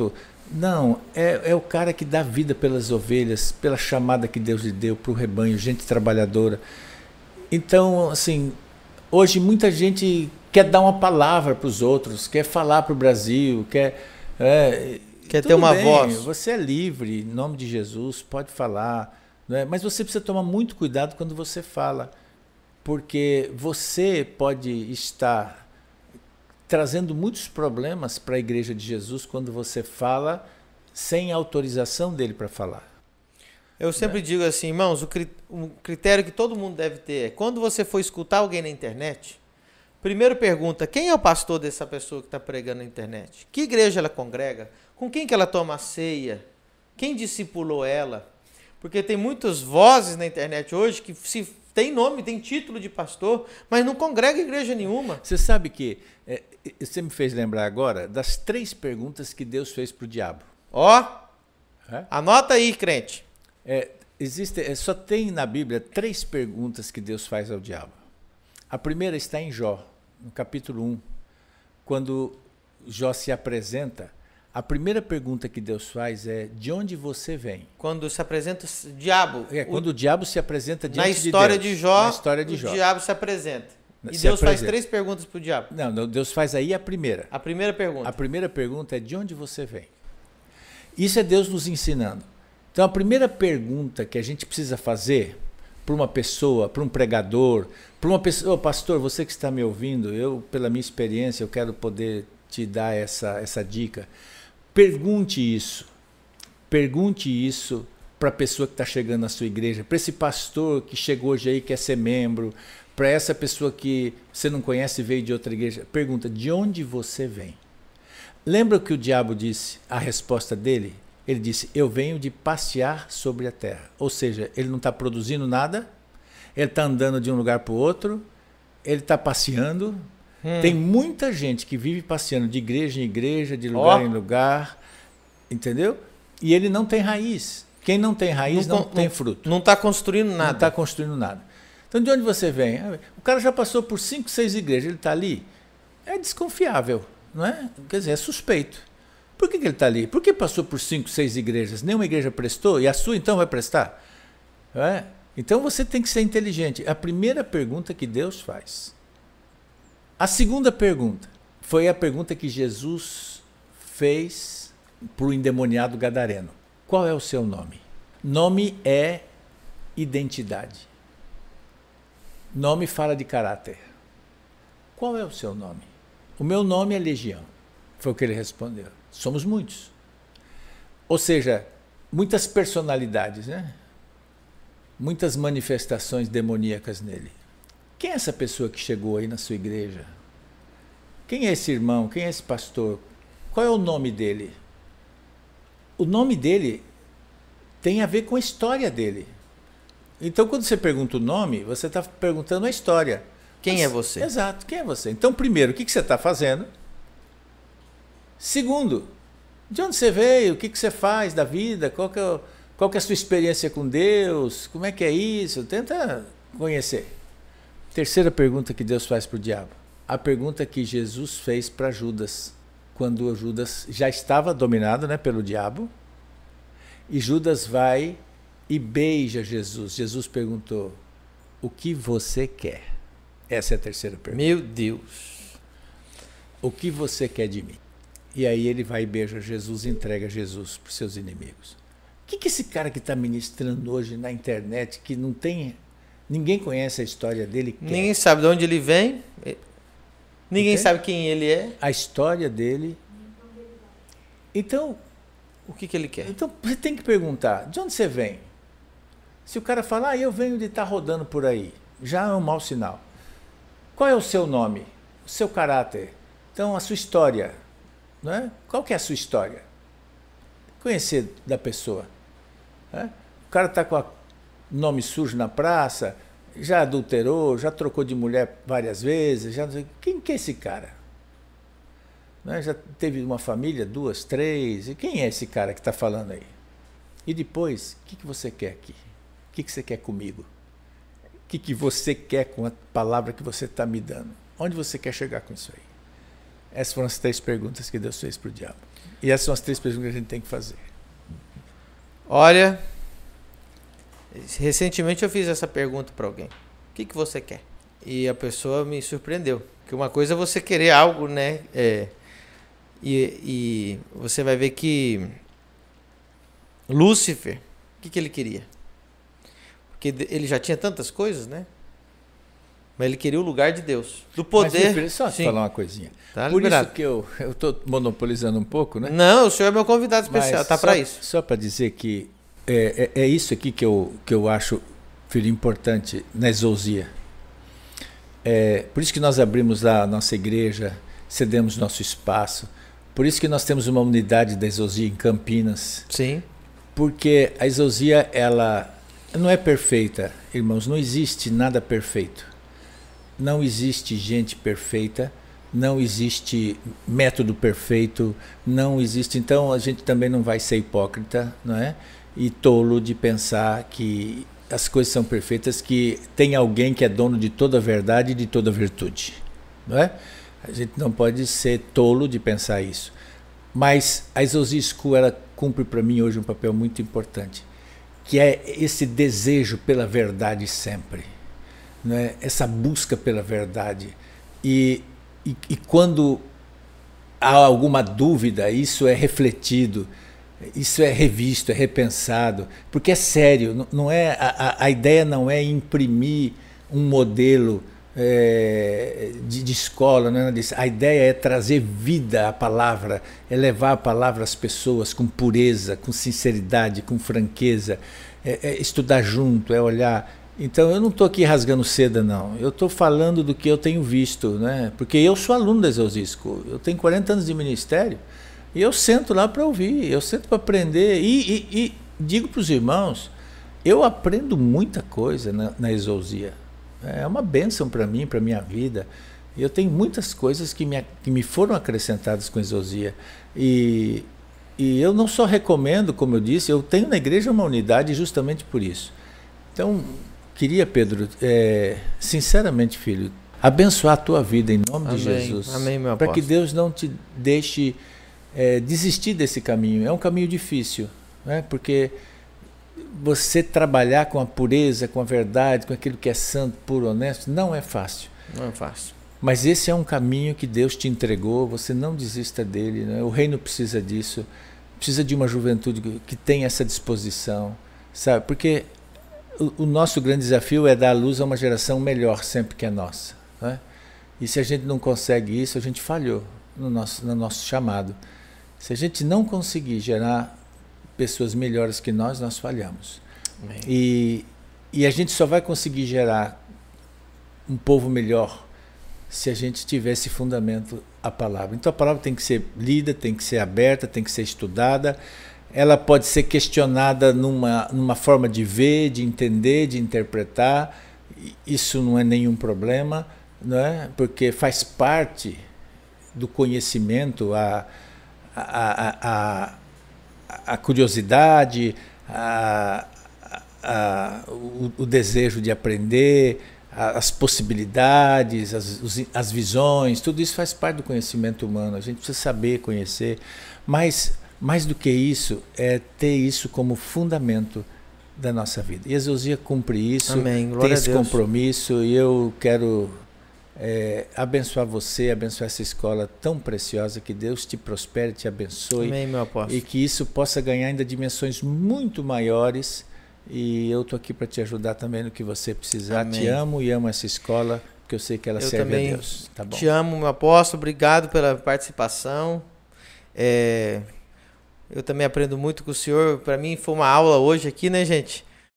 Não, é o cara que dá vida pelas ovelhas, pela chamada que Deus lhe deu para o rebanho, gente trabalhadora. Então, assim, hoje muita gente quer dar uma palavra para os outros, quer falar para o Brasil, quer ter uma voz. Você é livre, em nome de Jesus, pode falar, né? Mas você precisa tomar muito cuidado quando você fala, porque você pode estar trazendo muitos problemas para a Igreja de Jesus quando você fala sem autorização dele para falar. Eu sempre digo assim, irmãos, o critério que todo mundo deve ter é, quando você for escutar alguém na internet, primeiro pergunta, quem é o pastor dessa pessoa que está pregando na internet? Que igreja ela congrega? Com quem que ela toma a ceia? Quem discipulou ela? Porque tem muitas vozes na internet hoje que tem nome, tem título de pastor, mas não congrega igreja nenhuma. Você sabe que, você me fez lembrar agora das 3 perguntas que Deus fez para o diabo. Anota aí, crente. Só tem na Bíblia 3 perguntas que Deus faz ao diabo. A primeira está em Jó, no capítulo 1. Quando Jó se apresenta, a primeira pergunta que Deus faz é: de onde você vem? Quando se apresenta o diabo. Quando o diabo se apresenta diante de Deus. Na história de Jó, o diabo se apresenta. E Deus faz 3 perguntas para o diabo. Não, Deus faz aí a primeira. A primeira pergunta. A primeira pergunta é: de onde você vem? Isso é Deus nos ensinando. Então, a primeira pergunta que a gente precisa fazer para uma pessoa, para um pregador, para uma pessoa, pastor, você que está me ouvindo, eu, pela minha experiência, eu quero poder te dar essa dica. Pergunte isso para a pessoa que está chegando na sua igreja, para esse pastor que chegou hoje aí, quer ser membro, para essa pessoa que você não conhece e veio de outra igreja. Pergunta: de onde você vem? Lembra o que o diabo disse? A resposta dele? Ele disse: eu venho de passear sobre a terra. Ou seja, ele não está produzindo nada, ele está andando de um lugar para o outro, ele está passeando. Tem muita gente que vive passeando de igreja em igreja, de lugar em lugar, entendeu? E ele não tem raiz. Quem não tem raiz não tem fruto. Não está construindo nada. Não está construindo nada. Então, de onde você vem? O cara já passou por 5, 6 igrejas, ele está ali? É desconfiável, não é? Quer dizer, é suspeito. Por que ele está ali? Porque passou por 5, 6 igrejas, nenhuma igreja prestou, e a sua então vai prestar? Não é? Então você tem que ser inteligente. A primeira pergunta que Deus faz. A segunda pergunta foi a pergunta que Jesus fez para o endemoniado gadareno. Qual é o seu nome? Nome é identidade. Nome fala de caráter. Qual é o seu nome? O meu nome é Legião. Foi o que ele respondeu. Somos muitos. Ou seja, muitas personalidades, né? Muitas manifestações demoníacas nele. Quem é essa pessoa que chegou aí na sua igreja? Quem é esse irmão? Quem é esse pastor? Qual é o nome dele? O nome dele tem a ver com a história dele. Então, quando você pergunta o nome, você está perguntando a história. Quem é você? Exato, quem é você? Então, primeiro, o que você está fazendo? Segundo, de onde você veio? O que você faz da vida? Qual que é a sua experiência com Deus? Como é que é isso? Tenta conhecer. Terceira pergunta que Deus faz para o diabo. A pergunta que Jesus fez para Judas, quando Judas já estava dominado, né, pelo diabo, e Judas vai e beija Jesus. Jesus perguntou: o que você quer? Essa é a terceira pergunta. Meu Deus! O que você quer de mim? E aí ele vai e beija Jesus e entrega Jesus para os seus inimigos. O que esse cara que está ministrando hoje na internet, que não tem... Ninguém conhece a história dele. Ninguém sabe de onde ele vem. Ninguém sabe quem ele é. A história dele. Então... O que ele quer? Então você tem que perguntar, de onde você vem? Se o cara falar: eu venho de estar rodando por aí, já é um mau sinal. Qual é o seu nome? O seu caráter? Então, a sua história. Não é? Qual que é a sua história? Conhecer da pessoa. Né? O cara está com o nome sujo na praça, já adulterou, já trocou de mulher várias vezes. Quem que é esse cara? Né? Já teve uma família, 2, 3. E quem é esse cara que está falando aí? E depois, o que você quer aqui? O que você quer comigo? O que você quer com a palavra que você está me dando? Onde você quer chegar com isso aí? Essas foram as 3 perguntas que Deus fez para o diabo. E essas são as 3 perguntas que a gente tem que fazer. Olha, recentemente eu fiz essa pergunta para alguém. O que você quer? E a pessoa me surpreendeu. Que uma coisa é você querer algo, né? E você vai ver que Lúcifer, o que ele queria? Porque ele já tinha tantas coisas, né? Mas ele queria o lugar de Deus. Do poder. Mas, meu filho, só te falar uma coisinha. Tá Por liberado. isso que eu estou monopolizando um pouco, né? Não, o senhor é meu convidado especial, Mas tá para isso. Só para dizer que é isso aqui que eu acho, filho, importante na exousia. Por isso que nós abrimos lá a nossa igreja, cedemos nosso espaço. Por isso que nós temos uma unidade da exousia em Campinas. Sim. Porque a exousia, ela não é perfeita, irmãos, não existe nada perfeito. Não existe gente perfeita, não existe método perfeito, não existe. Então a gente também não vai ser hipócrita, não é? E tolo de pensar que as coisas são perfeitas, que tem alguém que é dono de toda a verdade e de toda a virtude, não é? A gente não pode ser tolo de pensar isso. Mas a Exousia School, ela cumpre para mim hoje um papel muito importante, que é esse desejo pela verdade sempre, não é? Essa busca pela verdade. E quando há alguma dúvida, isso é refletido, isso é revisto, é repensado, porque é sério, não é, a ideia não é imprimir um modelo de escola, não é disso. A ideia é trazer vida à palavra, é levar a palavra às pessoas com pureza, com sinceridade, com franqueza, é estudar junto, é olhar. Então eu não estou aqui rasgando seda, não. Eu estou falando do que eu tenho visto, né? Porque eu sou aluno da Exousia School, eu tenho 40 anos de ministério e eu sento lá para ouvir, eu sento para aprender e digo para os irmãos, eu aprendo muita coisa na Exousia. É uma bênção para mim, para a minha vida. Eu tenho muitas coisas que me foram acrescentadas com a Exousia. E eu não só recomendo, como eu disse, eu tenho na igreja uma unidade justamente por isso. Então, queria, Pedro, sinceramente, filho, abençoar a tua vida em nome de Jesus. Amém, meu apóstolo. Para que Deus não te deixe desistir desse caminho. É um caminho difícil, né? Porque você trabalhar com a pureza, com a verdade, com aquilo que é santo, puro, honesto, não é fácil. Não é fácil. Mas esse é um caminho que Deus te entregou, você não desista dele, né? O reino precisa disso, precisa de uma juventude que tenha essa disposição, sabe? Porque o nosso grande desafio é dar luz a uma geração melhor sempre que a nossa, né? E se a gente não consegue isso, a gente falhou no nosso chamado. Se a gente não conseguir gerar pessoas melhores que nós falhamos. E a gente só vai conseguir gerar um povo melhor se a gente tiver esse fundamento, a palavra. Então a palavra tem que ser lida, tem que ser aberta, tem que ser estudada. Ela pode ser questionada numa forma de ver, de entender, de interpretar. Isso não é nenhum problema, não é? Porque faz parte do conhecimento, a curiosidade, o desejo de aprender, as possibilidades, as visões, tudo isso faz parte do conhecimento humano. A gente precisa saber, conhecer, mas mais do que isso, é ter isso como fundamento da nossa vida. E a Exousia cumpre isso, tem esse compromisso, e eu quero abençoar você, abençoar essa escola tão preciosa, que Deus te prospere, te abençoe. Amém, meu apóstolo. E que isso possa ganhar ainda dimensões muito maiores, e eu estou aqui para te ajudar também no que você precisar. Amém. Te amo e amo essa escola, porque eu sei que ela serve a Deus. Tá bom? Te amo, meu apóstolo, obrigado pela participação. Eu também aprendo muito com o senhor. Para mim foi uma aula hoje aqui, né, gente?